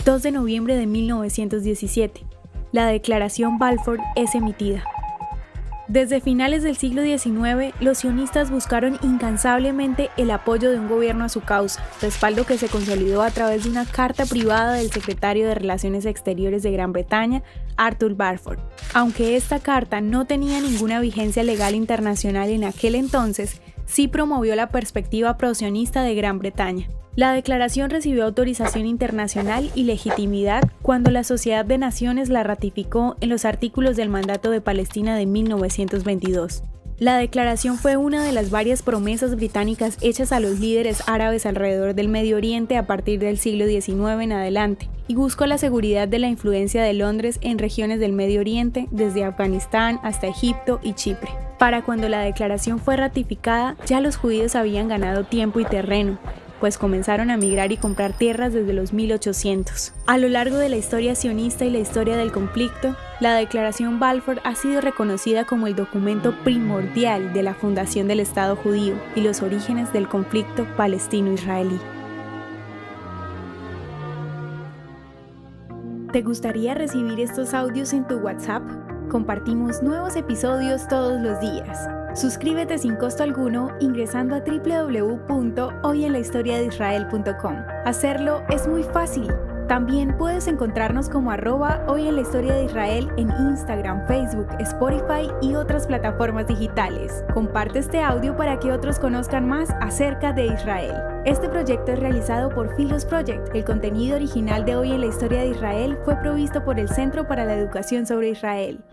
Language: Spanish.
2 de noviembre de 1917. La Declaración Balfour es emitida. Desde finales del siglo XIX, los sionistas buscaron incansablemente el apoyo de un gobierno a su causa, respaldo que se consolidó a través de una carta privada del secretario de Relaciones Exteriores de Gran Bretaña, Arthur Balfour. Aunque esta carta no tenía ninguna vigencia legal internacional en aquel entonces, sí promovió la perspectiva pro-sionista de Gran Bretaña. La declaración recibió autorización internacional y legitimidad cuando la Sociedad de Naciones la ratificó en los artículos del Mandato de Palestina de 1922. La declaración fue una de las varias promesas británicas hechas a los líderes árabes alrededor del Medio Oriente a partir del siglo XIX en adelante, y buscó la seguridad de la influencia de Londres en regiones del Medio Oriente, desde Afganistán hasta Egipto y Chipre. Para cuando la declaración fue ratificada, ya los judíos habían ganado tiempo y terreno, pues comenzaron a migrar y comprar tierras desde los 1800. A lo largo de la historia sionista y la historia del conflicto, la Declaración Balfour ha sido reconocida como el documento primordial de la fundación del Estado judío y los orígenes del conflicto palestino-israelí. ¿Te gustaría recibir estos audios en tu WhatsApp? Compartimos nuevos episodios todos los días. Suscríbete sin costo alguno ingresando a www.hoyenlahistoriadeisrael.com. Hacerlo es muy fácil. También puedes encontrarnos como @hoyenlahistoriadeisrael en Instagram, Facebook, Spotify y otras plataformas digitales. Comparte este audio para que otros conozcan más acerca de Israel. Este proyecto es realizado por Philos Project. El contenido original de Hoy en la Historia de Israel fue provisto por el Centro para la Educación sobre Israel.